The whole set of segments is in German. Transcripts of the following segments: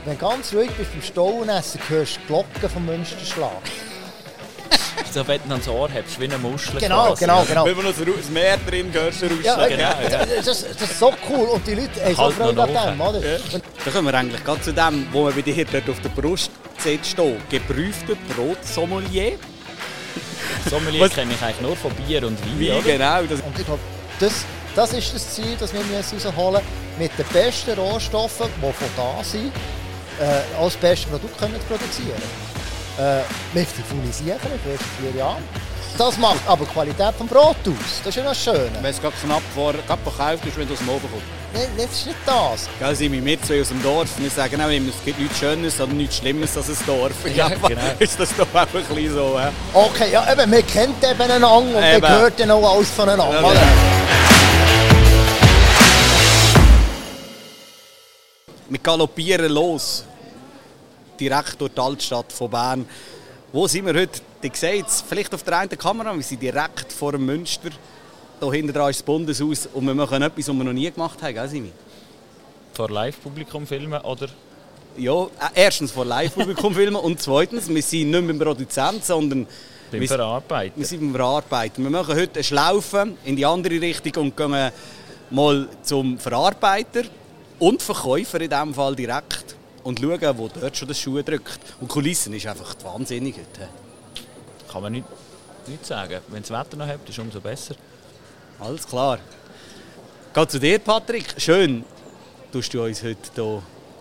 Wenn du ganz ruhig bist beim Stollenessen, hörst du die Glocken vom Münsterschlag. So, wenn du dann das Ohr hast, wie eine Muschel. Genau. Wenn man noch das Meer drin hört, ja, genau. Das ist so cool und die Leute haben so Freude an dem, oder? Ja. Da kommen wir eigentlich gerade zu dem, wo man bei dir dort auf der Brust sieht stehen. Geprüfter Brotsommelier. Sommelier kenne ich eigentlich nur von Bier und Wein. Wein, genau. Und ich glaube, das ist das Ziel, das wir rausholen müssen, mit den besten Rohstoffen, die von da sind, auch das beste Produkt zu produzieren. Wir diffunisieren in den ersten 4 Jahren. Das macht aber die Qualität des Brotes aus. Das ist ja noch schön. Wenn es gerade knapp verkauft ist, wenn du aus dem Ofen kommst. Nein, das ist nicht das. Gell, sind wir zwei aus dem Dorf. Wir sagen auch immer, es gibt nichts Schönes oder nichts Schlimmes als ein Dorf. Ja, genau. Ist das doch auch ein bisschen so. Ja? Okay, ja, eben, man kennt eben einander und man hört dann auch alles voneinander. Ja, wir galoppieren los. Direkt durch die Altstadt von Bern. Wo sind wir heute? Ihr seht es vielleicht auf der einen Kamera. Wir sind direkt vor dem Münster. Hier hinten dran ist das Bundeshaus. Und wir machen etwas, was wir noch nie gemacht haben. Gell, Simi? Vor Live-Publikum filmen, oder? Ja, erstens vor Live-Publikum filmen. Und zweitens, wir sind nicht beim Produzenten, sondern beim Verarbeiten. Wir sind beim Verarbeiten. Wir machen heute eine Schlaufe in die andere Richtung und gehen mal zum Verarbeiter und Verkäufer in diesem Fall direkt. Und schauen, wo dort schon der Schuh drückt. Und die Kulissen ist einfach wahnsinnig heute. Kann man nicht sagen. Wenn das Wetter noch habt, ist es umso besser. Alles klar. Geht zu dir, Patrick. Schön, dass du uns heute hier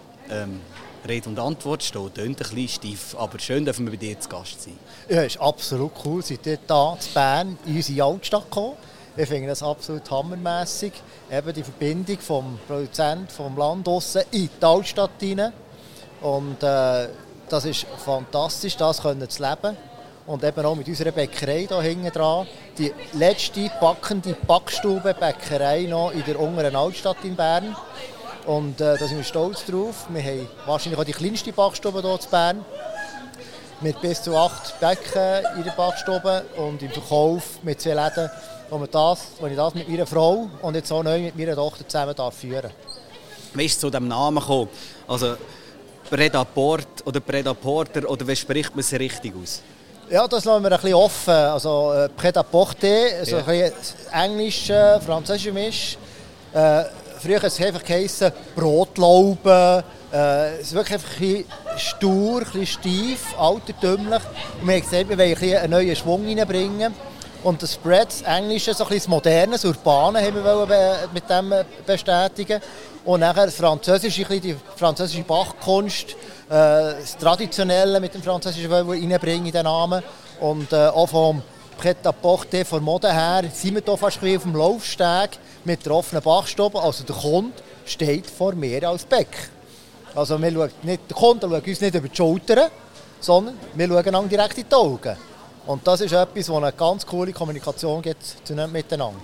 Rede und Antwort stehen. Tönt ein bisschen steif, aber schön, dass wir bei dir zu Gast sein. Ja, ist absolut cool. Seid ihr hier in Bern in unsere Altstadt gekommen? Ich finde das absolut hammermässig. Eben die Verbindung vom Produzenten vom Land draussen in die Altstadt hinein. Und das ist fantastisch, das zu leben. Und eben auch mit unserer Bäckerei hier hinten dran. Die letzte backende Backstube-Bäckerei noch in der unteren Altstadt in Bern. Und da sind wir stolz drauf. Wir haben wahrscheinlich auch die kleinste Backstube hier in Bern. Mit bis zu 8 Bäcken in der Backstube und im Verkauf mit 2 Läden, wo ich das mit meiner Frau und jetzt auch neu mit meiner Tochter zusammen führen darf. Wie ist es zu diesem Namen gekommen? Also Pret-à-Porter oder Pret-à-Porter oder wie spricht man es richtig aus? Ja, das lassen wir ein bisschen offen. Also Pret-à-Porter, so ein bisschen Englisch, Französisch Misch. Früher hat es einfach geheißen Brotlauben. Es ist wirklich einfach ein bisschen stur, ein bisschen steif, altertümlich. Und wir haben gesagt, wir wollen einen neuen Schwung reinbringen. Und das Spread, das Englische, so ein bisschen das Moderne, das Urbane, haben wir mit dem bestätigen. Und nachher das Französische, die französische Bachkunst, das Traditionelle mit dem Französischen reinbringen in den Namen. Und auch vom Pret-à-Porter, von Mode her, sind wir hier fast wie auf dem Laufsteg mit der offenen Bachstube. Also der Kunde steht vor mir als Bäck. Also wir schauen nicht, der Kunde schaut uns nicht über die Schultern, sondern wir schauen direkt in die Augen. Und das ist etwas, wo eine ganz coole Kommunikation gibt miteinander.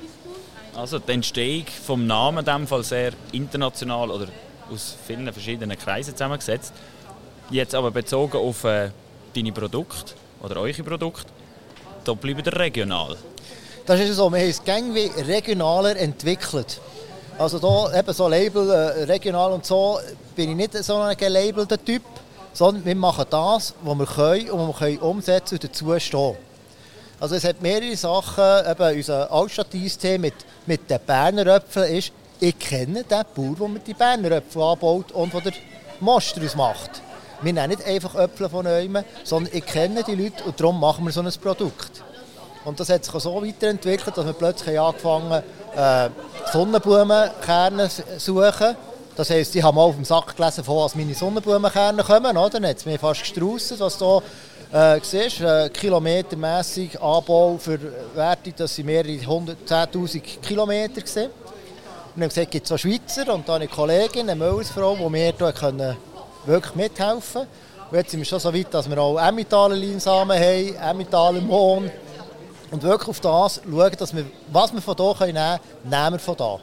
Also die Entstehung des Namens in diesem Fall sehr international oder aus vielen verschiedenen Kreisen zusammengesetzt. Jetzt aber bezogen auf deine Produkte oder eure Produkte, da bleiben wir regional. Das ist so, wir haben es irgendwie regionaler entwickelt. Also da eben so Label, regional und so, bin ich nicht so ein gelabelter Typ, sondern wir machen das, was wir können und was wir können umsetzen und dazu stehen. Also es hat mehrere Sachen, eben unser Altstadt-Eistee mit den Berner Äpfeln ist, ich kenne den Bauer, der mir die Berner Äpfel anbaut und der Most daraus macht. Wir nehmen nicht einfach Äpfel von neuem, sondern ich kenne die Leute und darum machen wir so ein Produkt. Und das hat sich so weiterentwickelt, dass wir plötzlich angefangen haben, Sonnenblumenkerne zu suchen. Das heisst, ich habe mal auf dem Sack gelesen, von was meine Sonnenblumenkerne kommen. Oder? Dann hat es mir fast gestraussen, was du siehst. Kilometermässig Anbau für Werte, das sind mehrere 10'000 Kilometer gewesen. Und dann haben gesagt, es gibt so Schweizer und dann eine Kollegin, eine Möllersfrau, die mir hier wirklich mithelfen können. Und jetzt sind wir schon so weit, dass wir auch Emmentaler Leinsamen haben, Emmentaler Mohn. Und wirklich auf das schauen, dass wir, was wir von hier nehmen können, nehmen wir von hier.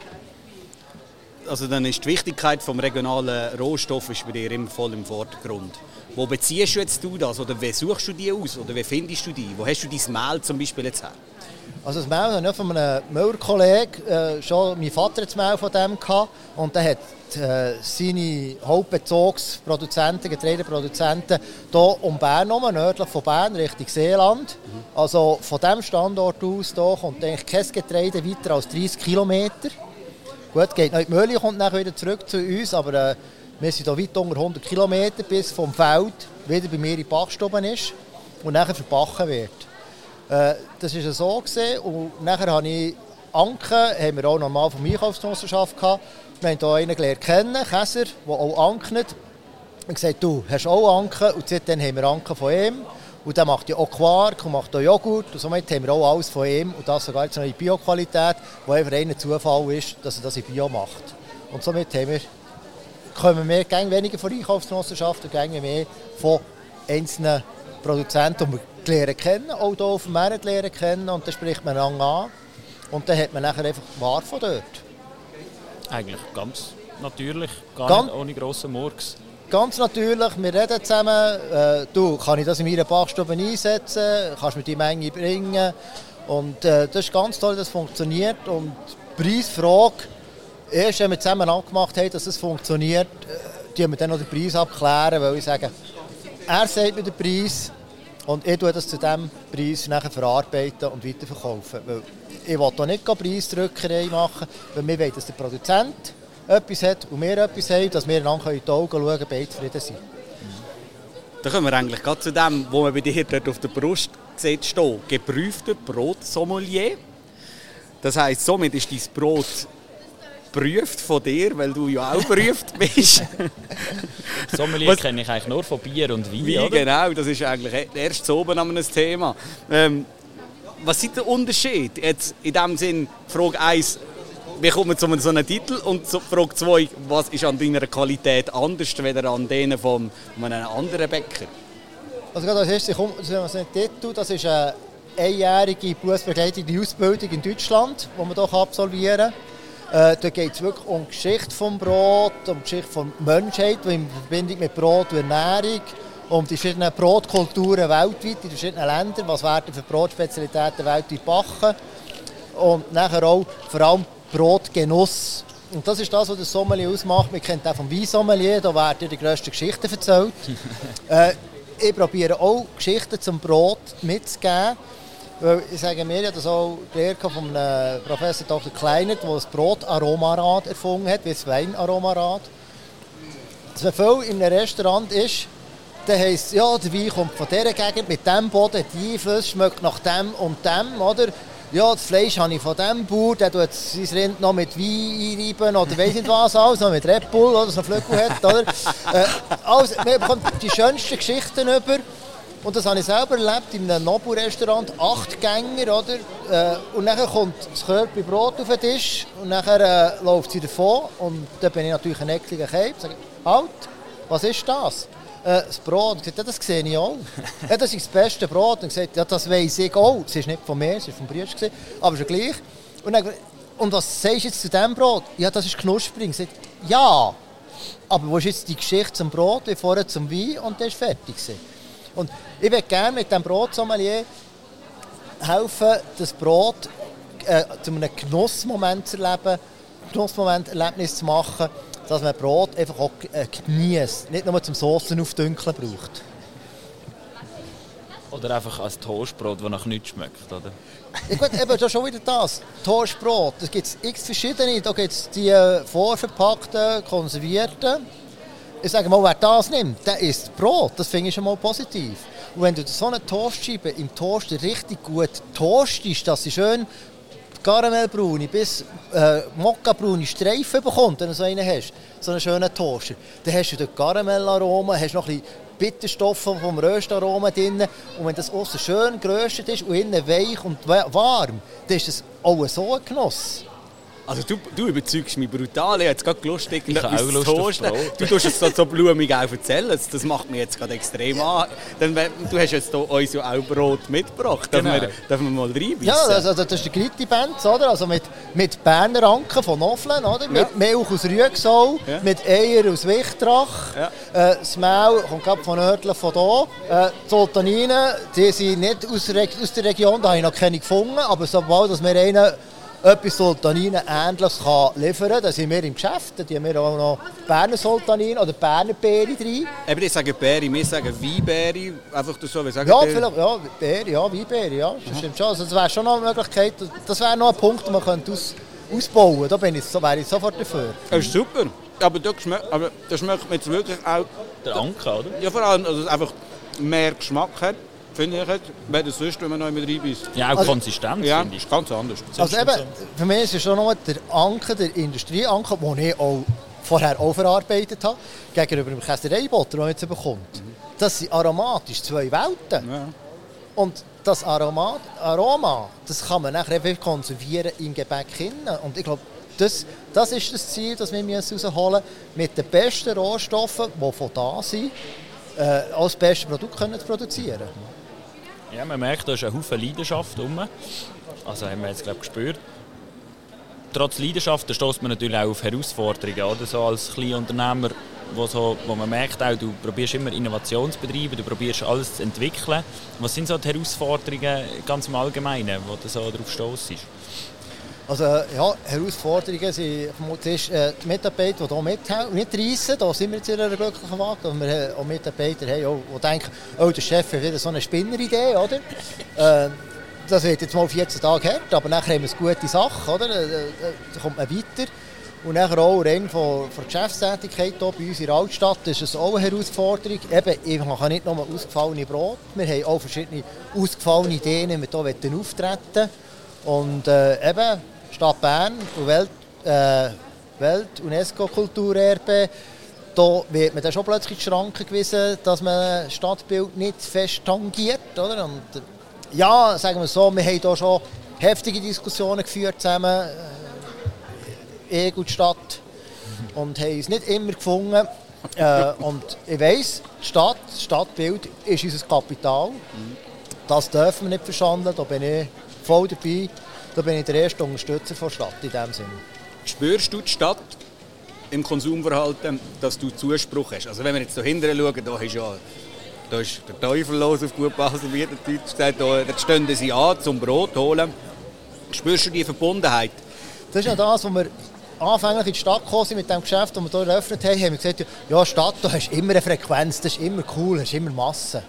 Also dann ist die Wichtigkeit des regionalen Rohstoffs bei dir immer voll im Vordergrund. Wo beziehst du jetzt das? Oder wie suchst du die aus? Oder wie findest du die? Wo hast du dein Mehl zum Beispiel jetzt her? Also das Mehl hatte ich von einem Müller-Kollegen, schon mein Vater hat das Mehl von dem gehabt, und der hat seine Hauptbezugsproduzenten, Getreideproduzenten hier um Bern herum, nördlich von Bern, Richtung Seeland. Also von diesem Standort aus hier kommt eigentlich kein Getreide weiter als 30 Kilometer. Gut, geht noch in die Mühle, kommt dann wieder zurück zu uns, aber wir sind hier weit unter 100 Kilometer, bis vom Feld wieder bei mir in die Backstube ist und nachher verbacken wird. Das war so gewesen. Und nachher habe ich Anken, haben wir auch normal von der Einkaufsgenossenschaft gehabt. Wir haben hier einen gelernt kennen, Käser, der auch anknet. Und gesagt, du hast auch Anken, und seitdem haben wir Anken von ihm. Und der macht ja auch Quark und macht auch Joghurt. Und somit haben wir auch alles von ihm. Und das sogar jetzt noch in Bio-Qualität, wo einfach ein Zufall ist, dass er das in Bio macht. Und somit kommen wir gäng weniger von Einkaufsgenossenschaften, gäng mehr von einzelnen Produzenten, die wir lernen kennen, auch hier auf dem Markt lernen kennen. Und dann spricht man einander an. Und dann hat man nachher einfach Ware von dort. Eigentlich ganz natürlich, gar nicht ohne grossen Murks. Ganz natürlich, wir reden zusammen. Du, kann ich das in meiner Backstube einsetzen? Kannst du mir die Menge bringen? Und das ist ganz toll, dass es funktioniert. Und die Preisfrage, erst wenn wir zusammen abgemacht haben, dass es funktioniert, tun wir dann noch den Preis abklären, weil ich sage, er sagt mir den Preis und ich tue das zu diesem Preis nachher verarbeiten und weiterverkaufen. Weil ich will hier nicht Preisdrückerei machen, weil wir wollen, dass der Produzent etwas hat und wir etwas haben, dass wir einander in die Augen schauen können, beide zufrieden sind. Da kommen wir eigentlich gerade zu dem, was man bei dir dort auf der Brust sieht, stehen. Geprüfter Brotsommelier. Das heisst, somit ist dein Brot geprüft von dir, weil du ja auch geprüft bist. Sommelier kenne ich eigentlich nur von Bier und Wein, Wein, oder? genau, das ist eigentlich erst so oben an einem Thema. Was ist der Unterschied? Jetzt in dem Sinn, Frage 1, wie kommt man zu so einem Titel? Und Frage 2, was ist an deiner Qualität anders als an denen von einem anderen Bäcker? Also gerade als erstes kommt zu einem Titel, das ist eine einjährige berufsbegleitende Ausbildung in Deutschland, die man hier absolvieren kann. Da geht es wirklich um die Geschichte des Brotes, um die Geschichte der Menschheit, die in Verbindung mit Brot und Ernährung, um die verschiedenen Brotkulturen weltweit, in verschiedenen Ländern, was werden für Brotspezialitäten weltweit gebacken. Und nachher auch vor allem Brotgenuss. Und das ist das, was das Sommelier ausmacht. Man kennt auch vom Weinsommelier, da werden die grössten Geschichten erzählt. Ich probiere auch Geschichten zum Brot mitzugeben. Weil ich sage mir, ich habe das auch gelernt von Professor Dr. Kleinert, der das Brotaromarad erfunden hat, wie das Weinaromarad. Dass man viel in einem Restaurant ist, dann heisst es, ja, der Wein kommt von dieser Gegend, mit diesem Boden, die Einfluss schmeckt nach dem und dem, oder? Ja, das Fleisch habe ich von diesem Bauer, der tut sein Rind noch mit Wein einreiben oder weiss nicht was alles, noch mit Red Bull, oder so einen Flügel hat, oder? Also, man bekommt die schönsten Geschichten über. Und das habe ich selber erlebt in einem Nobu-Restaurant, 8 Gänger, oder? Und dann kommt das Körper Brot auf den Tisch und dann läuft sie davon. Und dann bin ich natürlich ein eckliger Keib und sage, halt, was ist das? Das Brot. Und ich sagte, ja, das sehe ich auch. Ja, das ist das beste Brot. Und ich sagte, ja, das weiss ich auch. Das ist nicht von mir, das war vom Bruder, aber schon gleich. Und was sagst du jetzt zu diesem Brot? Ja, das ist knusprig. Ich sagte, ja, aber wo ist jetzt die Geschichte zum Brot, wie vorher zum Wein, und der ist fertig. Und ich würde gerne mit diesem Brotsommelier helfen, das Brot zu einem Genussmoment zu erleben, Genussmoment-Erlebnis zu machen, dass man Brot einfach auch genießt, nicht nur zum Soßen aufdünkeln braucht. Oder einfach als Toastbrot, das nach nichts schmeckt, oder? Ja gut, eben, das ist schon wieder das. Toastbrot, da gibt es x verschiedene. Da gibt es die vorverpackten, konservierten. Ich sage mal, wer das nimmt, der isst Brot. Das finde ich schon mal positiv. Und wenn du so eine Toastscheibe im Toaster richtig gut toastest, dass sie schön karamellbraune bis mokkabraune Streifen bekommt, wenn du so einen hast, so einen schönen Toaster, dann hast du dort Karamellaroma, hast noch ein bisschen Bitterstoffe vom Röstaroma drin. Und wenn das außen schön geröstet ist und innen weich und warm, dann ist das auch so ein Genuss. Also du überzeugst mich brutal. Ich habe jetzt gerade Lust, Ich habe auch Lust auf Brot. Du tust es so blumig auch erzählen. Das macht mich jetzt gerade extrem an. Du hast jetzt hier uns ja auch Brot mitgebracht. Genau. Dürfen wir mal reinbeissen? Ja, also das ist der Gritti-Benz, oder? Also mit Berner Anken von Noflen, oder? Mit Milch aus Rüegsau, mit Eier aus Wichtrach. Ja. Das Mehl kommt gerade von nördlich von hier. Die Sultaninen, die sind nicht aus der Region, da habe ich noch keine gefunden. Aber sobald wir einen etwas Sultaninen Ähnliches liefern kann, dann sind wir im Geschäft. Da haben wir auch noch Berner Sultaninen oder Berner Beere drin. Eben, ich sage Beere, wir sagen Weinbeere. Einfach so, wie sagen Ja, die? vielleicht, ja, Beere, ja, Weinbeere, ja. Das stimmt schon. Also, das wäre schon noch eine Möglichkeit. Das wäre noch ein Punkt, den man könnte ausbauen könnte. Da wäre ich sofort dafür. Das ist super. Aber das schmeckt mir jetzt wirklich auch... Der Anker, oder? Ja, vor allem, dass es einfach mehr Geschmack hat, finde ich jetzt, wenn das sonst, wenn man noch mit reinbeißt. Ja, auch Konsistenz, Ja, finde ich. ist ganz anders. Also eben, für mich ist es schon noch der Anker, der Industrieanker, den ich auch vorher auch verarbeitet habe, gegenüber dem Käsereibutter, den man jetzt bekommt. Das sind aromatisch 2 Welten. Ja. Und das Aroma, das kann man nachher einfach konservieren im Gebäck hinein. Und ich glaube, das ist das Ziel, das wir herausholen müssen, mit den besten Rohstoffen, die von da sind, als beste Produkt zu produzieren. Ja, man merkt, da ist ein Haufen Leidenschaft rum. Also haben wir jetzt, glaube ich, gespürt. Trotz Leidenschaft stößt man natürlich auch auf Herausforderungen. Oder? So als Kleinunternehmer, wo man merkt, auch, du probierst immer Innovation zu betreiben, du probierst alles zu entwickeln. Was sind so die Herausforderungen ganz im Allgemeinen, wo du so drauf stossst? Also ja, Herausforderungen sind die Mitarbeiter, die hier mitreissen. Da sind wir jetzt in einer glücklichen Lage. Und wir haben auch Mitarbeiter, die denken, oh, der Chef hat wieder so eine Spinneridee, oder? Das wird jetzt mal 14 Tage hart, aber nachher haben wir eine gute Sache, oder? Da kommt man weiter. Und nachher auch rein von der Geschäftstätigkeit hier bei uns in der Altstadt ist es auch eine Herausforderung. Eben, ich mache nicht nur ausgefallene Brot, wir haben auch verschiedene ausgefallene Ideen, wie wir hier auftreten wollen. Und eben, Stadt Bern und Welt-UNESCO-Kulturerbe, da wird man dann schon plötzlich in die Schranken gewiesen, dass man das Stadtbild nicht fest tangiert. Oder? Und, ja, sagen wir so, wir haben hier schon heftige Diskussionen geführt zusammen, ich und die Stadt, und haben uns nicht immer gefunden. Und ich weiss, das Stadtbild ist unser Kapital. Das dürfen wir nicht verschandeln, da bin ich voll dabei. Da bin ich der erste Unterstützer der Stadt in diesem Sinne. Spürst du die Stadt im Konsumverhalten, dass du Zuspruch hast? Also wenn wir jetzt hier hinten schauen, da ist der Teufel los auf gut Baselbieter Deutsch gesagt, da stehen sie an zum Brot holen. Spürst du die Verbundenheit? Das ist ja das, was wir anfänglich in die Stadt gekommen sind mit dem Geschäft, das wir hier eröffnet haben, haben wir gesagt, ja Stadt, da hast immer eine Frequenz, das ist immer cool, das ist immer Masse.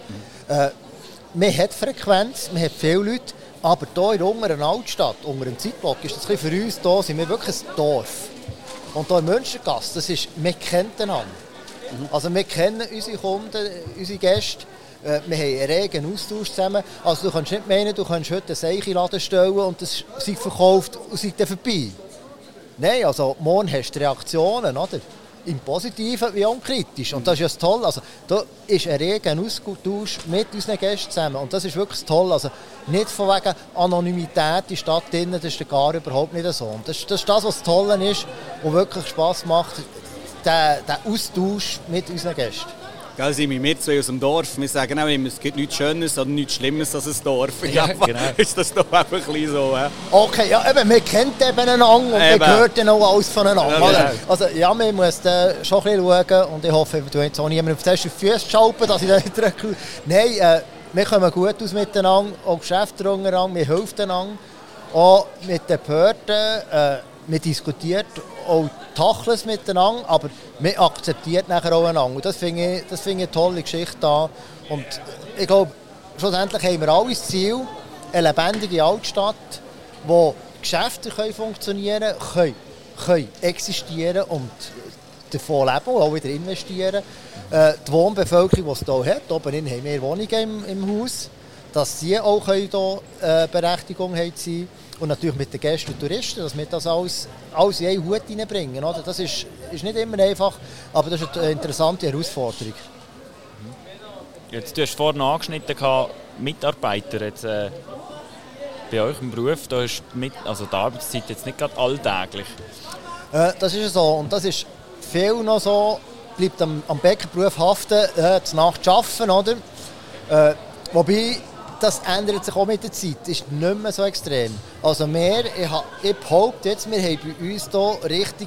Man hat Frequenz, man hat viele Leute, aber hier in der unteren Altstadt, unter dem Zeitblock, ist das für uns, hier sind wir wirklich ein Dorf. Und hier in Münstergasse, das ist, wir kennen einander. Also wir kennen unsere Kunden, unsere Gäste, wir haben einen regen Austausch zusammen. Also du kannst nicht meinen, du kannst heute einen Seiche-Laden stellen und das sei verkauft und sei dann vorbei. Nein, also morgen hast du Reaktionen, oder? Im Positiven wie auch im Kritischen. Und das ist ja das Tolle. Also, da ist ein reger Austausch mit unseren Gästen zusammen. Und das ist wirklich toll. Also, nicht von wegen Anonymität in der Stadt drin, das ist gar überhaupt nicht so. Und das ist das, was das Tolle ist und wirklich Spass macht, der Austausch mit unseren Gästen. Ja, sind wir zwei aus dem Dorf. Wir sagen auch immer, es gibt nichts Schönes oder nichts Schlimmes als ein Dorf. Ja, genau. Ist das doch einfach ein bisschen so. Okay, ja, eben, man kennt eben einander und man hört dann auch alles voneinander. Ja, genau. Also, ja, man muss da schon ein bisschen schauen und ich hoffe, du hast auch niemanden auf die Füße schalten, dass ich da nicht drücke. Nein, wir kommen gut aus miteinander, auch Geschäfte untereinander, wir helfen einander. Auch mit den Behörden, wir diskutieren auch Tacheles miteinander, aber wir akzeptieren nachher auch einander. Und das finde ich eine tolle Geschichte da. Und ich glaube, schlussendlich haben wir alle das Ziel, eine lebendige Altstadt, wo Geschäfte funktionieren können existieren und davon leben und auch wieder investieren. Die Wohnbevölkerung, die es hier hat, oben haben wir Wohnungen im Haus, dass sie auch hier Berechtigung haben. Und natürlich mit den Gästen und Touristen, dass wir das alles in einen Hut reinbringen. Oder? Das ist nicht immer einfach, aber das ist eine interessante Herausforderung. Jetzt, du hast vorhin angeschnitten, Mitarbeiter. Jetzt, bei euch im Beruf, da ist die Arbeitszeit jetzt nicht gerade alltäglich. Das ist so und das ist viel noch so, bleibt am Bäckerberuf haften, zur Nacht arbeiten, oder? Wobei, das ändert sich auch mit der Zeit, ist nicht mehr so extrem. Also ich behaupte jetzt, wir haben bei uns hier richtig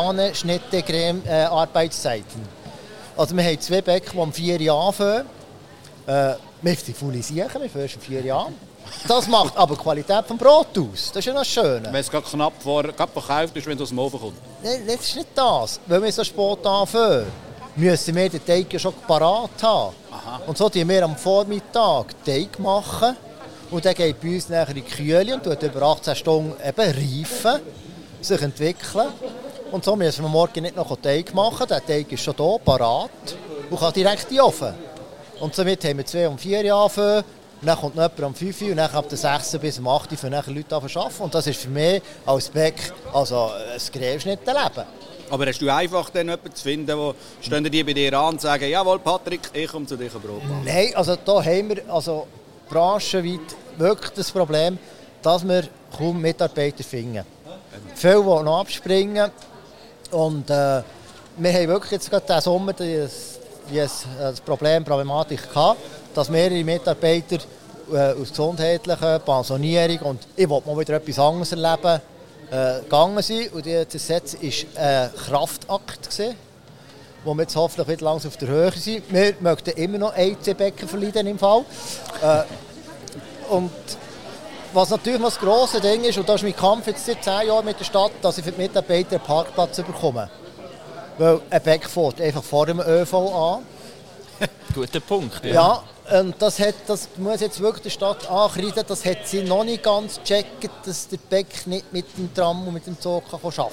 Sahne-Schnitte-Creme-Arbeitszeiten. Also wir haben 2 Bäcker, die um 4 Uhr anfangen. Wir sind faule Siechen, wir fangen schon 4 Uhr an. Das macht aber die Qualität des Brotes aus. Das ist ja noch schön. Wenn es gerade knapp verkauft ist, wenn es aus dem Ofen kommt. Nein, das ist nicht das. Wenn wir so spät anfangen, müssen wir den Teig ja schon parat haben. Aha. Und so machen wir am Vormittag Teig machen. Und dann geht bei uns nachher in die Kühle und tut über 18 Stunden eben reifen, sich entwickeln. Und so müssen wir morgen nicht noch Teig machen. Der Teig ist schon hier, parat und kann direkt in den Ofen. Und somit haben wir 2 um 4 Uhr anfangen. Und dann kommt noch jemand um 5 Uhr und dann ab der 6 bis um 8 Uhr für Leute zu arbeiten. Und das ist für mich als Bäck also ein Gräbschnittenleben. Aber hast du einfach dann jemanden zu finden, wo stehen die bei dir an und sagen, jawohl Patrick, ich komme zu dir ein Brot machen? Nein, also da haben wir branchenweit wirklich das Problem, dass wir kaum Mitarbeiter finden. Viele, die noch abspringen. Und wir haben wirklich jetzt gerade diesen Sommer das Problematik gehabt, dass mehrere Mitarbeiter aus gesundheitlicher Pensionierung und ich wollte mal wieder etwas anderes erleben, gegangen sind. Und das Set war ein Kraftakt, wo wir jetzt hoffentlich wieder langsam auf der Höhe sind. Wir möchten immer noch EC-Bäcker verleiden im Fall. Und was natürlich noch das grosse Ding ist, und das ist mein Kampf jetzt seit 10 Jahren mit der Stadt, dass ich für die Mitarbeiter einen Parkplatz bekomme. Weil ein Bäcker fährt einfach vor dem ÖV an. Guter Punkt. Ja, und das muss jetzt wirklich die Stadt ankreiden, das hat sie noch nicht ganz gecheckt, dass der Bäcker nicht mit dem Tram und mit dem Zug arbeiten kann.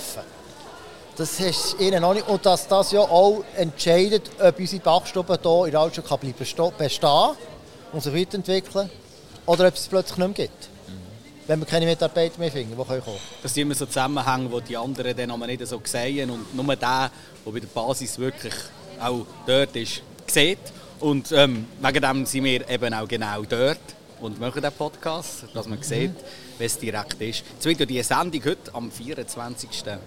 Das ist ihnen noch nicht. Und dass das ja auch entscheidet, ob unsere Backstube hier in der Altstadt bestehen und sich weiterentwickeln oder ob es plötzlich nicht mehr gibt. Wenn wir keine Mitarbeiter mehr finden, die kommen können. Das sind immer so Zusammenhänge, die die anderen dann aber nicht so sehen und nur der bei der Basis wirklich auch dort ist, sieht. Und wegen dem sind wir eben auch genau dort und machen den Podcast, dass man sieht, wie es direkt ist. Jetzt wird ja die Sendung heute am 24.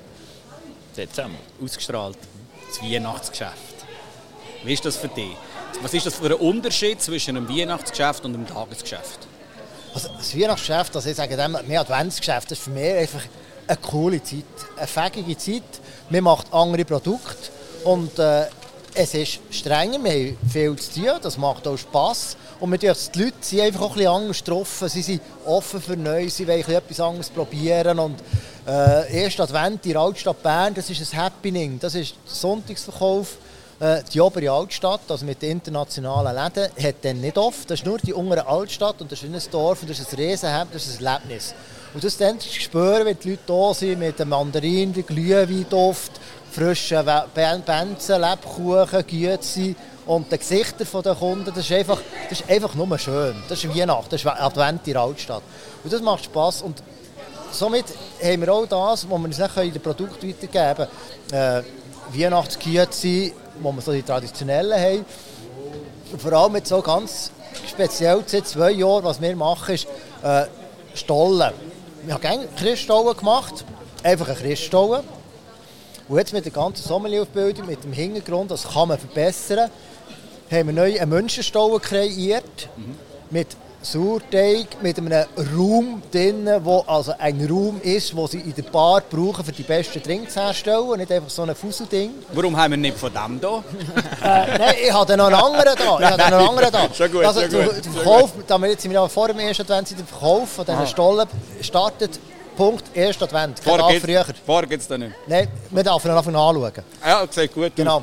Dezember ausgestrahlt, das Weihnachtsgeschäft. Wie ist das für dich? Was ist das für ein Unterschied zwischen einem Weihnachtsgeschäft und einem Tagesgeschäft? Also das Weihnachtsgeschäft, also ich sage dem, mehr Adventsgeschäft, das ist für mich einfach eine coole Zeit, eine fähige Zeit. Man macht andere Produkte und es ist strenger, wir haben viel zu tun, das macht auch Spass. Und die Leute sind einfach auch ein bisschen anders getroffen, sie sind offen für Neues, sie wollen etwas anderes probieren. Und erst Advent in der Altstadt Bern, das ist ein Happening, das ist der Sonntagsverkauf. Die obere Altstadt, also mit den internationalen Läden, hat dann nicht oft. Das ist nur die untere Altstadt und das ist ein Dorf und das ist ein Riesenhemd, das ist ein Erlebnis. Und das dann zu spüren, wenn die Leute da sind mit dem Mandarin, dem Glühweinduft, frischen Benzen, Lebkuchen, Güezi und den Gesichtern der Kunden, das ist einfach nur schön. Das ist Weihnachten, das ist Advent in der Altstadt. Und das macht Spass. Und somit haben wir auch das, was wir uns nicht in den Produkten weitergeben können. Weihnachtsgüezi, wo wir so die traditionellen haben. Und vor allem jetzt so ganz speziell seit 2 Jahren, was wir machen, ist Stollen. Wir haben gerne Christstollen gemacht, einfach eine Christstollen. Und jetzt mit der ganzen Sommelierausbildung, mit dem Hintergrund, das kann man verbessern, haben wir neu eine Münsterstollen kreiert, mit Sauerteig, mit einem Raum drin, wo also ein Raum ist, den sie in der Bar brauchen, für die besten Drinks zu herstellen, nicht einfach so ein Fusselding. Warum haben wir nicht von dem hier? Nein, ich habe noch einen anderen da. Schon gut, also, der Verkauf, jetzt sind wir vor dem ersten Advent, der Verkauf von diesen Stollen startet. Punkt, 1. Advent. Vorher gibt es da nicht. Nein, wir dürfen ihn einfach anschauen. Ja, sieht gut aus. Genau.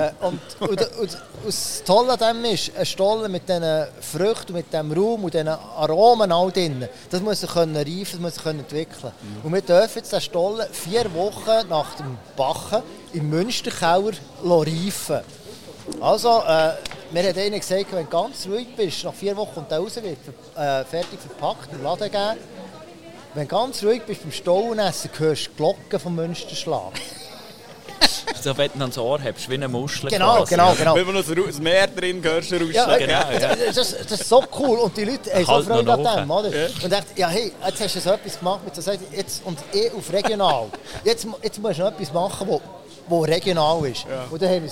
Und das Tolle an dem ist, ein Stollen mit diesen Früchten, mit diesem Raum und diesen Aromen all drin, das muss sich reifen, das muss sich entwickeln. Und wir dürfen jetzt den Stollen 4 Wochen nach dem Backen im Münsterkeller reifen. Also, mir hat einer gesagt, wenn du ganz ruhig bist, nach 4 Wochen kommt der raus, wird fertig verpackt im Laden gegeben. Wenn du ganz ruhig bist beim Stollenessen, hörst du die Glocken vom Münsterschlag. So, wenn du ans Ohr hast, wie eine Muschel. Genau. Wenn man noch das Meer drin hörst, du Ja, genau, das ist so cool und die Leute haben so Halt Freude noch an dem, oder? Ja. Und dachten, ja hey, jetzt hast du so etwas gemacht mit so jetzt und auf regional. Jetzt musst du noch etwas machen, wo regional ist. Ja. Und dann haben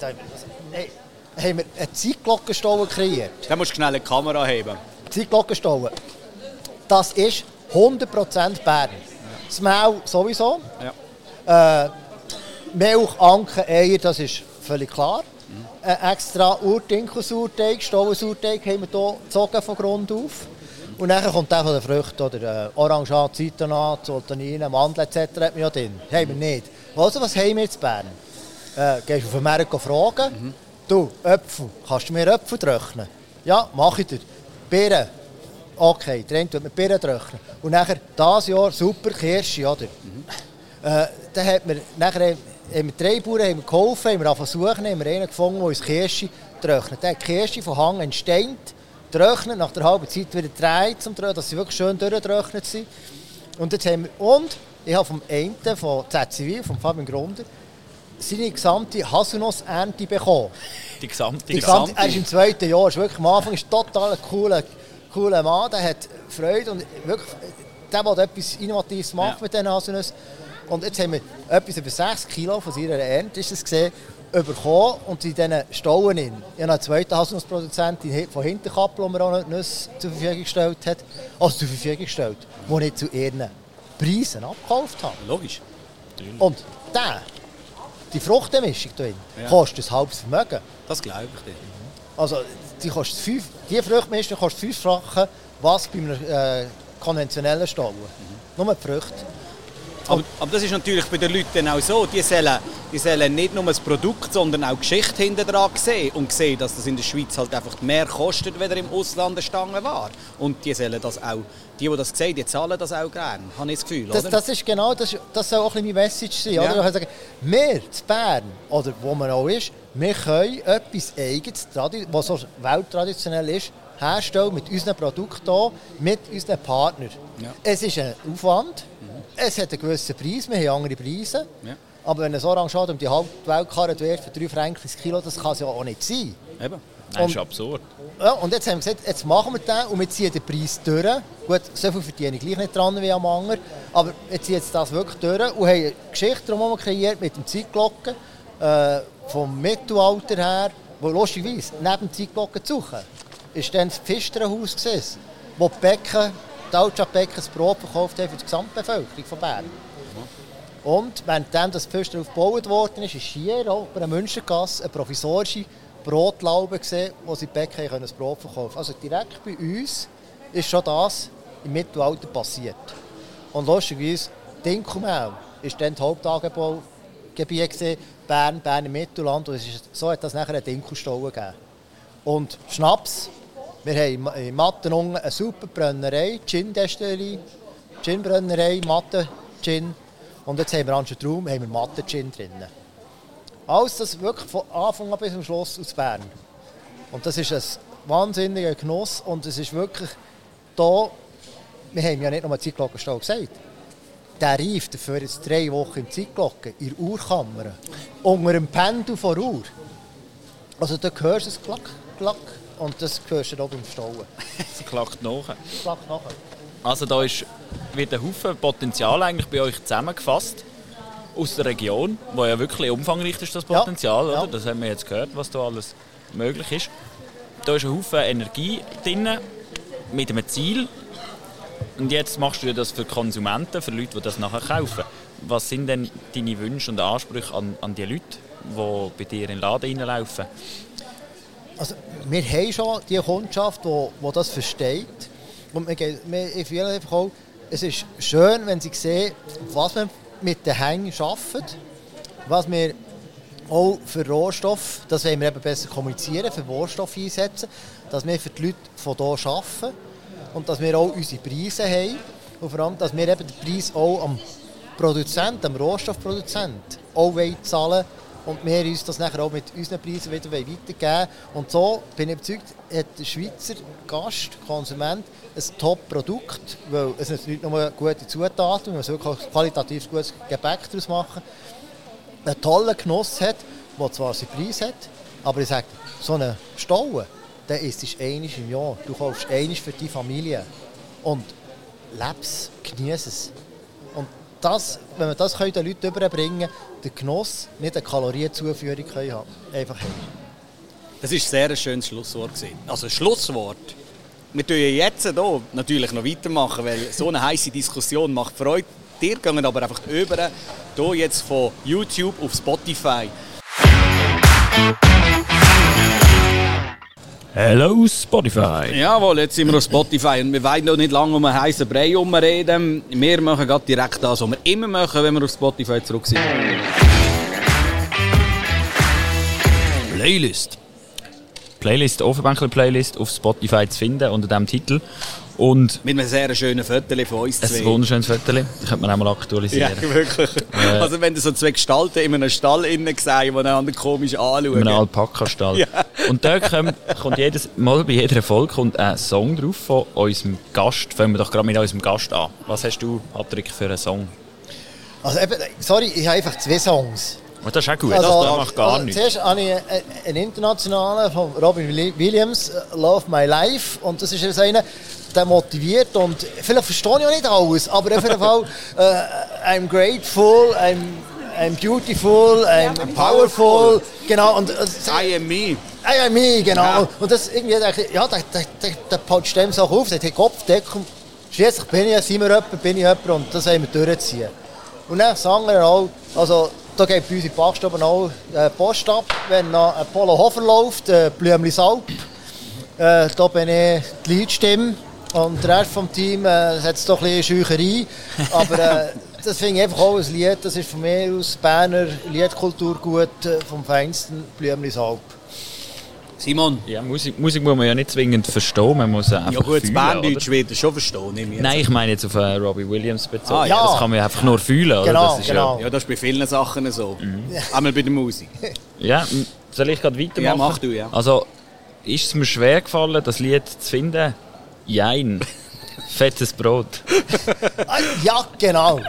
wir eine Zeitglockenstollen kreiert. Da musst du schnell eine Kamera heben. Zeitglockenstollen. Das ist 100% Bern. Das Mehl sowieso. Ja. Milch, Anken, Eier, das ist völlig klar. Extra Urdinkel-Sauerteig, Stollensurteig haben wir hier gezogen von Grund auf. Und dann kommt der von den Früchten, oder Orangat, Zitonat, Sultanine, Mandeln etc. hat man ja drin. Haben wir nicht. Also, was haben wir jetzt in Bern? Gehst du auf den Markt fragen, du, Äpfel, kannst du mir Äpfel trocknen? Ja, mache ich dir. Birnen. Okay, der tut mit Birnen trocknen. Und nachher, dieses Jahr, super Kirsche, oder? Dann hat man, nachher haben wir 3 Bauern geholfen, haben wir versucht, haben wir einen gefunden, der uns Kirsche trocknet. Der hat die Kirsche von Hang entsteint, trocknet, nach der halben Zeit wieder gedreht, dass sie wirklich schön durchgetrocknet sind. Und jetzt haben wir, und ich habe vom einen, von ZCW, von Fabian Grunder, seine gesamte Haselnuss-Ernte bekommen. Die gesamte. Er ist im 2. Jahr, ist wirklich am Anfang ist total ein cooler Mann, der hat Freude und wirklich, der will etwas Innovatives machen mit diesen Haselnüssen. Und jetzt haben wir etwas über 6 Kilo von seiner Ernte ist es gesehen, bekommen und in diesen Stollen in. Ich habe einen zweiten Haselnussproduzenten von Hinterkappel, der mir auch noch Nüsse zur Verfügung gestellt hat. Also zur Verfügung gestellt, die ich zu ihren Preisen abgekauft habe. Logisch. Und die Fruchtmischung drin kostet ein halbes Vermögen. Das glaube ich dir. Also die Fruchtmischung kostet 5 Franken, was bei einem konventionellen Stollen. Nur die Früchte. Aber das ist natürlich bei den Leuten auch so. Die sollen nicht nur das Produkt, sondern auch die Geschichte hinter dran sehen und sehen, dass das in der Schweiz halt einfach mehr kostet, als im Ausland eine Stange war. Und die sollen das auch, die das sehen, die zahlen das auch gerne, habe ich das Gefühl. Oder? Das ist genau, das soll auch ein bisschen meine Message sein. Ja. Oder? Ich kann sagen, wir in Bern, oder wo man auch ist, wir können etwas Eigenes, was so welttraditionell ist, herstellen mit unseren Produkten hier, mit unseren Partnern. Ja. Es ist ein Aufwand. Es hat einen gewissen Preis, wir haben andere Preise. Ja. Aber wenn ein Orangat um die halbe Welt gekarrt wird für 3 Franken das Kilo, das kann es ja auch nicht sein. Eben. Das ist absurd. Ja, und jetzt haben wir gesagt, jetzt machen wir den und wir ziehen den Preis durch. Gut, so viel verdiene ich gleich nicht dran wie am anderen. Aber wir ziehen jetzt das wirklich durch und haben eine Geschichte darum kreiert mit dem Zeitglocken vom Mittelalter her, wo lustigerweise neben dem Zeitglocken zu suchen, ist dann das Pfisterenhaus gesessen, wo die Altstadtbäcker das Brot verkauft haben für die Gesamtbevölkerung von Bern. Und während das Pfister aufgebaut worden ist hier auch bei der Münstergasse eine provisorische Brotlaube gesehen, wo sie die Bäcker das Brot verkaufen können. Also direkt bei uns ist schon das im Mittelalter passiert. Und lustigerweise, Dinkelmehl ist dann das Hauptanbaugebiet gesehen, Bern im Mittelland. Und so hat das nachher eine Dinkelstollen gegeben. Und Schnaps. Wir haben in Mattenungen eine super Brennerei, Gin-Destillerie, Gin-Brennerei, Matten-Gin. Und jetzt haben wir anstatt Raum Matten-Gin drin. Alles das wirklich von Anfang an bis zum Schluss aus Bern. Und das ist ein wahnsinniger Genuss. Und es ist wirklich da, wir haben ja nicht nur Zeitglockenstall gesagt, der rief dafür jetzt 3 Wochen im Zeitglocken, in der Uhrkammer, unter dem Pendel von Uhr. Also da hörst du es klack, klack. Und das hörst du hier beim Stollen. Das klackt nach. Klackt nachher. Also da wird ein Haufen Potenzial eigentlich bei euch zusammengefasst. Aus der Region, wo ja wirklich umfangreich ist, das Potenzial. Ja. Oder? Das haben wir jetzt gehört, was da alles möglich ist. Da ist ein Haufen Energie drin, mit einem Ziel. Und jetzt machst du das für Konsumenten, für Leute, die das nachher kaufen. Was sind denn deine Wünsche und Ansprüche an die Leute, die bei dir in den Laden reinlaufen? Also, wir haben schon die Kundschaft, die das versteht. Und ich fühle einfach auch, es ist schön, wenn sie sehen, was wir mit den Hängen arbeiten, was wir auch für Rohstoff, das wollen wir eben besser kommunizieren, für Rohstoff einsetzen, dass wir für die Leute von hier arbeiten und dass wir auch unsere Preise haben und vor allem, dass wir eben den Preis auch am Produzent, am Rohstoffproduzent auch zahlen wollen. Und wir uns das nachher auch mit unseren Preisen wieder weitergeben. Und so bin ich überzeugt, hat der Schweizer Gast, Konsument, ein Top-Produkt, weil es nicht nur gute Zutaten, man wirklich auch qualitativ gutes Gebäck daraus machen. einen tollen Genuss hat, der zwar seinen Preis hat, aber ich sage, so eine Staue, der isst du einmal im Jahr. Du kaufst einmal für die Familie. Und leb's, genieß es. Und das, wenn wir das den Leuten überbringen können, den Genuss, nicht eine Kalorienzuführung können haben. Einfach hin. Das war sehr ein schönes Schlusswort. Also Schlusswort. Wir können jetzt hier natürlich noch weitermachen, weil so eine heisse Diskussion macht Freude. Dir gehen aber einfach über, hier jetzt von YouTube auf Spotify. Hello Spotify! Jawohl, jetzt sind wir auf Spotify und wir wollen noch nicht lange um einen heissen Brei herumreden. Wir machen gerade direkt das, was wir immer machen, wenn wir auf Spotify zurück sind. Playlist, Ofenbänkler-Playlist auf Spotify zu finden unter diesem Titel. Und mit einem sehr schönen Foto von uns zwei. Ein wunderschönes Foto, das könnte man auch mal aktualisieren. Ja, wirklich. Also wenn du so zwei Gestalten in einem Stall innen sehen, die einander komisch anschauen. In einem Alpaka-Stall. Ja. Und da kommt jedes Mal bei jeder Folge kommt ein Song drauf von unserem Gast. Fangen wir doch gerade mit unserem Gast an. Was hast du, Patrick, für einen Song? Also eben, sorry, ich habe einfach 2 Songs. Und das ist auch gut, also, das macht gar nichts. Zuerst habe ich einen internationalen von Robin Williams, Love My Life. Und das ist jetzt einer, der motiviert. Und vielleicht verstehe ich auch nicht alles, aber auf jeden Fall I'm grateful, I'm beautiful, I'm powerful. Genau. Und, I am me. I am me, genau. Ja. Und das irgendwie, ja, der patscht dem so auf, sagt, hey, Kopfdeckung, schliesslich bin ich jemand und das wollen wir durchziehen. Und dann sagen wir auch, also, da geht bei uns in Bachstube auch Post ab, wenn noch ein Polo Hofer läuft, Blümli Salb. Da bin ich die Leadstimme und der Rest des Teams hat doch ein bisschen Scheucherei. Aber das finde ich einfach auch ein Lied, das ist von mir aus Berner Liedkulturgut vom feinsten Blümli Salb. Simon? Ja, Musik muss man ja nicht zwingend verstehen, man muss einfach ja gut, fühlen, das Banddeutsch wird schon verstehen. Nein, ich meine jetzt auf Robbie Williams bezogen. Ja. Das kann man einfach nur fühlen. Genau, oder? Das ist genau. Ja, das ist bei vielen Sachen so. Einmal bei der Musik. Ja, soll ich gerade weitermachen? Ja, mach du, ja. Also, ist es mir schwer gefallen, das Lied zu finden? Jein. Fettes Brot. Ja, genau.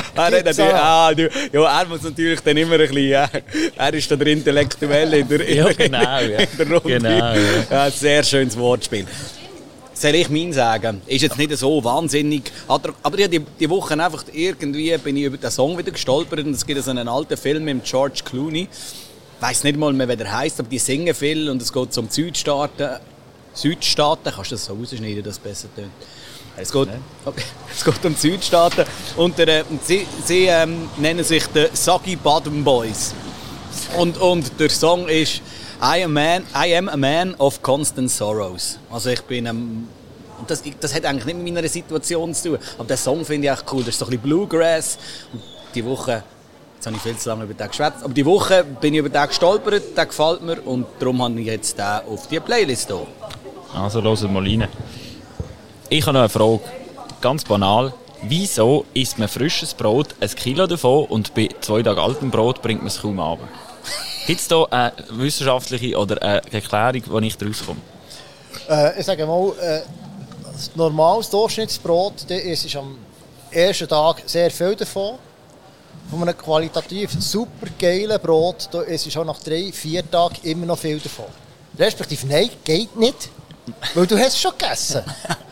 Er muss natürlich dann immer ein bisschen, er ist da der Intellektuelle in der Runde. Genau, ja. Ja, sehr schönes Wortspiel. Soll ich meinen sagen? Ist jetzt nicht so wahnsinnig. Aber ich habe die Woche einfach irgendwie bin ich über den Song wieder gestolpert und es gibt so einen alten Film mit George Clooney. Ich weiss nicht mal mehr, wie der heisst, aber die singen viel und es geht um die Südstaaten. Kannst du das so rausschneiden, dass es besser tönt? Es geht um die Südstaaten und sie nennen sich die Soggy Bottom Boys. Und der Song ist I am a man of constant sorrows. Also ich bin das hat eigentlich nicht mit meiner Situation zu tun. Aber den Song finde ich echt cool. Das ist so ein bisschen Bluegrass. Und die Woche, jetzt habe ich viel zu lange über den geschwätzt, aber die Woche bin ich über den gestolpert, der gefällt mir und darum habe ich jetzt den auf die Playlist hier. Also hört mal rein. Ich habe noch eine Frage, ganz banal. Wieso isst man frisches Brot, 1 Kilo davon, und bei 2 Tagen altem Brot bringt man es kaum runter? Gibt es da eine wissenschaftliche oder eine Erklärung, wo ich daraus komme? Ich sage mal, das normales Durchschnittsbrot ist am ersten Tag sehr viel davon. Von einem qualitativ super geilen Brot da ist auch nach 3-4 Tagen immer noch viel davon. Respektive, nein, geht nicht, weil du hast es schon gegessen.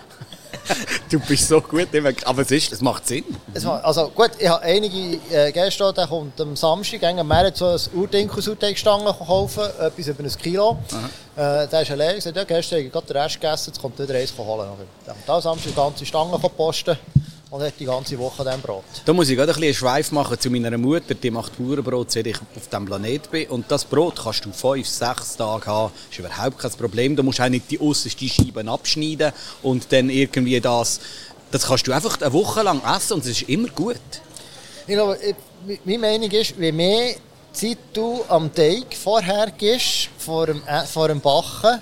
Du bist so gut, aber es macht Sinn. Also gut, ich habe einige Gäste, der kommt am Samstag am März so ein Urdinkel-Sauteigstangen kaufen, etwas über 1 Kilo. Der ist allein, gesagt, ja, gestern habe ich gerade den Rest gegessen, jetzt kommt wieder eins holen. Da Samstag die ganze Stange posten und hat die ganze Woche diesem Brot. Da muss ich gerade ein bisschen einen Schweif machen zu meiner Mutter, die macht Bauernbrot, seit ich auf diesem Planeten bin. Und das Brot kannst du 5-6 Tage haben, das ist überhaupt kein Problem. Du musst auch nicht die äußersten Scheiben abschneiden und dann irgendwie das kannst du einfach eine Woche lang essen und es ist immer gut. Ich glaube, meine Meinung ist, je mehr Zeit du am Teig vorher gibst, vor dem Backen,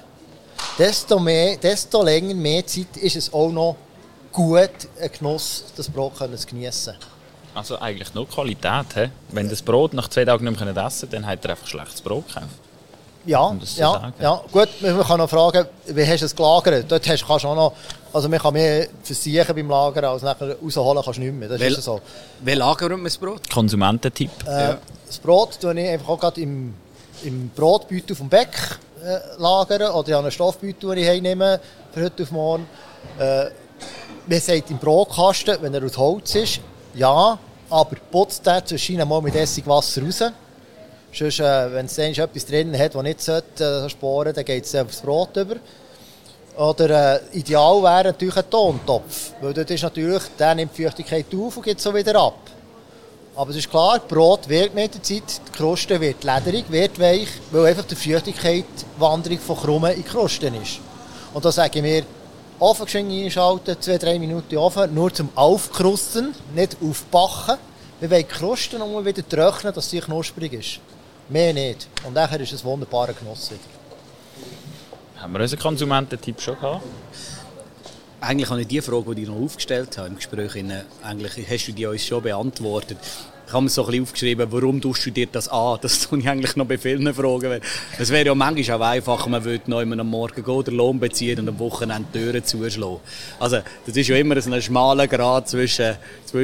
desto länger, mehr Zeit ist es auch noch gut, einen Genuss, das Brot zu geniessen. Also eigentlich nur Qualität. He? Wenn das Brot nach 2 Tagen nicht mehr essen kann, dann hat er einfach schlechtes Brot gekauft. Ja, um das zu sagen. ja. Gut, man kann noch fragen, wie hast du es gelagert? Dort kannst du auch noch, also man kann mehr versichern beim Lagern, als nachher rausholen kannst du nicht mehr. Das ist so. Wie lagern wir das Brot? Konsumententipp. Das Brot tue ich einfach auch gerade im Brotbeutel vom Bäck lagern oder in einen Stoffbeutel, den ich heimnehme für heute auf morgen. Man sagt im Brotkasten, wenn er aus Holz ist, ja, aber putzt den zwischendurch mal mit Essigwasser raus. Sonst, wenn es etwas drin hat, das nicht sporen sollte, dann geht es aufs Brot über. Oder ideal wäre natürlich ein Tontopf, weil dort ist natürlich, der nimmt die Feuchtigkeit auf und geht so wieder ab. Aber es ist klar, Brot wird mit der Zeit, die Kruste wird lederig, wird weich, weil einfach die Feuchtigkeit-Wanderung von Krummen in die Krusten ist. Und da sage ich mir, Ofen geschwind einschalten, 2-3 Minuten Ofen, nur zum Aufkrusten, nicht aufbacken. Wir wollen die Kruste noch mal wieder trocknen, dass sie knusprig ist. Mehr nicht. Und nachher ist es ein wunderbarer Genuss wieder. Haben wir unseren Konsumententipp schon gehabt? Eigentlich habe ich die Frage, die ich noch aufgestellt habe im Gespräch, eigentlich hast du die uns schon beantwortet. Ich habe mir so ein bisschen aufgeschrieben, warum tust du dir das an? Das tue ich eigentlich noch bei vielen Fragen. Es wäre ja manchmal auch einfacher, man würde noch am Morgen gehen, den Lohn beziehen und am Wochenende die Türen zuschlagen. Also das ist ja immer ein schmaler Grad zwischen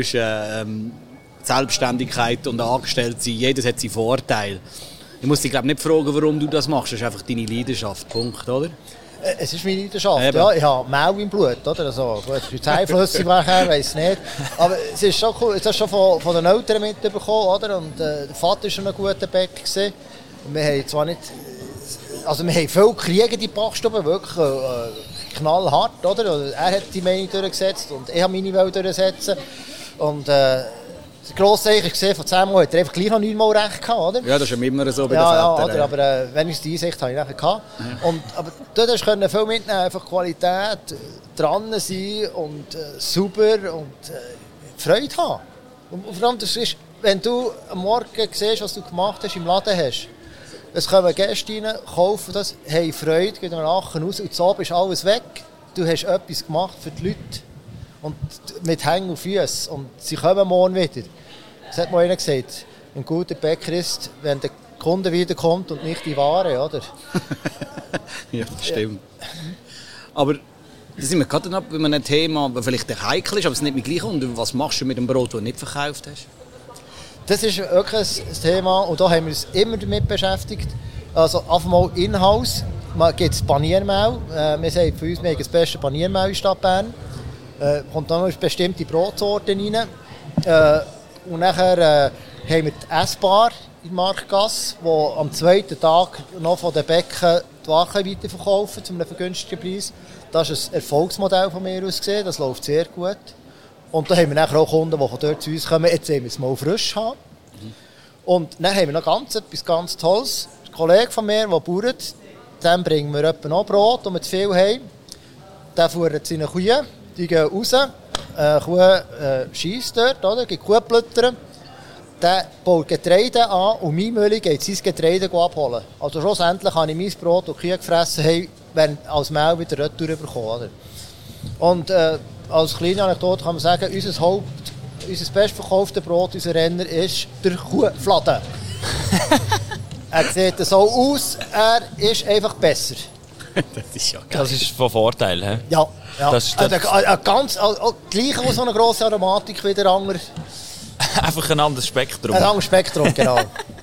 Selbstständigkeit und Angestelltsein. Jedes hat seinen Vorteil. Ich muss dich glaube nicht fragen, warum du das machst. Das ist einfach deine Leidenschaft. Punkt, oder? Es ist meine Leidenschaft, ja. Ich habe Mehl im Blut, oder? Also, gut, ich Zeitflüssig machen, weiss nicht. Aber es ist schon cool, ich habe es schon von den Eltern mitbekommen, oder? Und der Vater war schon ein guter Bäcker gewesen. Und wir haben zwar nicht, also wir haben viel Kriege in die Backstube, wirklich knallhart, oder? Er hat die Meinung durchgesetzt und ich habe meine Welt durchsetzen. Und der grosse Zeichen gesehen, von 10 Mal hat er einfach gleich noch 9 Mal recht gehabt, oder? Ja, das ist immer so bei den Vätern. Ja, aber wenigstens die Einsicht habe ich nachher gehabt. Aber dort konnte ich viel mitnehmen, einfach Qualität, dran sein und sauber und Freude haben. Und vor allem, das ist, wenn du am Morgen siehst, was du gemacht hast, im Laden hast, es kommen Gäste rein, kaufen das, haben Freude, gehen nachher raus und so ist alles weg. Du hast etwas gemacht für die Leute. Und mit Hängen und Füßen. Und sie kommen morgen wieder. Das hat mal einer gesagt. Ein guter Bäcker ist, wenn der Kunde wiederkommt und nicht die Ware, oder? Ja, das stimmt. Aber da sind wir gerade bei einem Thema, das vielleicht heikel ist, aber es ist nicht mehr gleich. Und was machst du mit dem Brot, das du nicht verkauft hast? Das ist wirklich ein Thema und da haben wir uns immer damit beschäftigt. Also einfach mal in-house gibt es Paniermehl. Wir sagen für uns, wir haben das beste Paniermehl in der Stadt Bern. Kommt dann noch bestimmte Brotsorten rein. Und nachher haben wir die Essbar in der Marktgasse, die am zweiten Tag noch von den Bäcken die Wachen weiterverkaufen zu einem vergünstigten Preis. Das ist ein Erfolgsmodell von mir aus gesehen, das läuft sehr gut. Und da haben wir nachher auch Kunden, die von dort zu uns kommen, jetzt wollen wir es mal frisch haben. Und dann haben wir noch etwas ganz Tolles. Ein Kollege von mir, der bauert, dem bringen wir etwa noch Brot, und wir zu viel haben. Der fuhrt seine Kühe. Die gehen raus, Kuh scheisst dort, oder? Gibt Kuhblätter. Der baut Getreide an und mein Müller geht sein Getreide abholen. Also schlussendlich habe ich mein Brot und Kühe gefressen, wenn als Mehl wieder retour bekommen. Oder? Und als kleine Anekdote kann man sagen, unser bestverkauftes Brot, unser Renner, ist der Kuhfladen. Er sieht so aus, er ist einfach besser. Das ist ja geil. Das ist von Vorteil, he? Ja. Das ist gleich auch so eine grosse Aromatik wie der andere. Einfach ein anderes Spektrum. Ein anderes Spektrum, genau.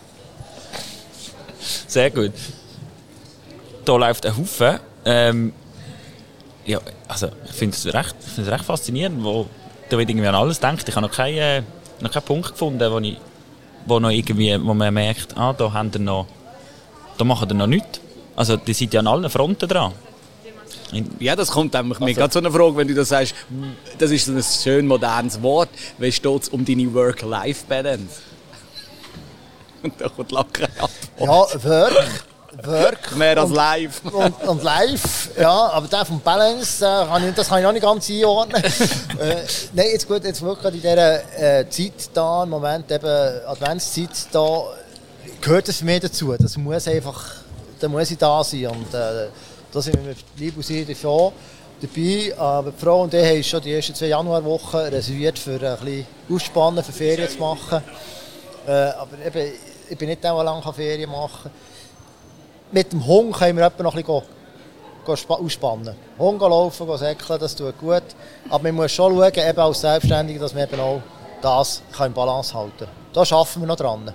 Sehr gut. Da läuft ein Haufen. Ja, also ich finde es recht faszinierend, wo irgendwie an alles denkt. Ich habe noch keinen Punkt gefunden, wo man merkt, da machen wir noch nichts. Also die sind ja an allen Fronten dran. Ja, das kommt einfach mir gerade so eine Frage, wenn du das sagst, das ist so ein schön modernes Wort, wie steht es um deine Work-Life-Balance? Und da kommt locker Antwort. Ja, Work. Mehr als Live. Und Live, ja, aber der vom Balance, das kann ich noch nicht ganz einordnen. Nein, jetzt wirklich in dieser Zeit da, im Moment eben Adventszeit, da gehört es für mich dazu. Das muss einfach, da muss ich da sein. Und da sind wir mit Liebe und Seele schon dabei. Aber die Frau und ich haben schon die ersten 2 Januarwochen reserviert, für ein bisschen ausspannen, für Ferien zu machen. Aber eben, ich bin nicht der, der lange Ferien machen kann. mit dem Hund können wir etwa noch ein bisschen ausspannen. Hund laufen, säckeln, das tut gut. Aber man muss schon schauen, eben als Selbstständiger, dass man eben auch das in Balance halten kann. Da arbeiten wir noch dran.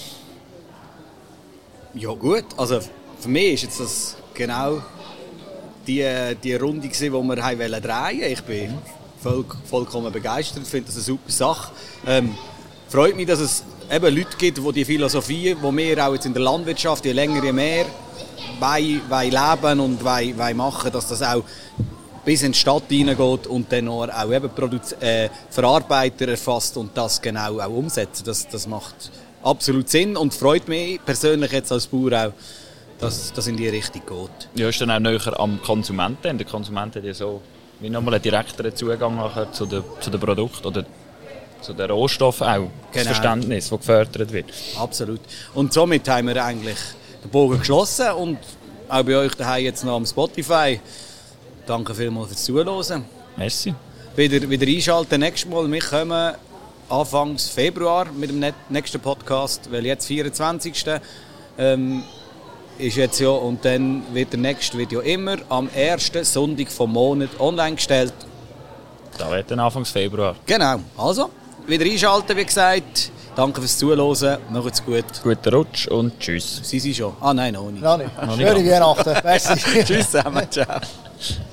Ja gut, also für mich ist jetzt das genau die Runde gewesen, die wir drehen wollten. Ich bin vollkommen begeistert, finde das eine super Sache. Freut mich, dass es eben Leute gibt, die die Philosophie, die wir auch jetzt in der Landwirtschaft, je länger, je mehr, wollen leben und wollen machen, dass das auch bis in die Stadt hineingeht und dann auch eben Verarbeiter erfasst und das genau auch umsetzt. Das macht absolut Sinn und freut mich persönlich jetzt als Bauer auch, dass das in die Richtung geht. Ja, ist dann auch näher am Konsumenten. Der Konsument hat ja so wie nochmal einen direkteren Zugang nachher zu den Produkten oder zu den Rohstoffen auch. Genau. Das Verständnis, das gefördert wird. Absolut. Und somit haben wir eigentlich den Bogen geschlossen und auch bei euch daheim jetzt noch am Spotify. Danke vielmals fürs Zuhören. Merci. Wieder einschalten nächstes Mal. Wir kommen Anfang Februar mit dem nächsten Podcast, weil jetzt 24. Ist jetzt ja, und dann wird der nächste Video immer am ersten Sonntag vom Monat online gestellt. Da wird dann Anfang Februar. Genau. Also, wieder einschalten, wie gesagt. Danke fürs Zuhören. Macht's gut. Guten Rutsch und tschüss. Sie sind schon. Ah nein, noch nicht. Noch nicht. Schöne Weihnachten. Tschüss zusammen. Ciao.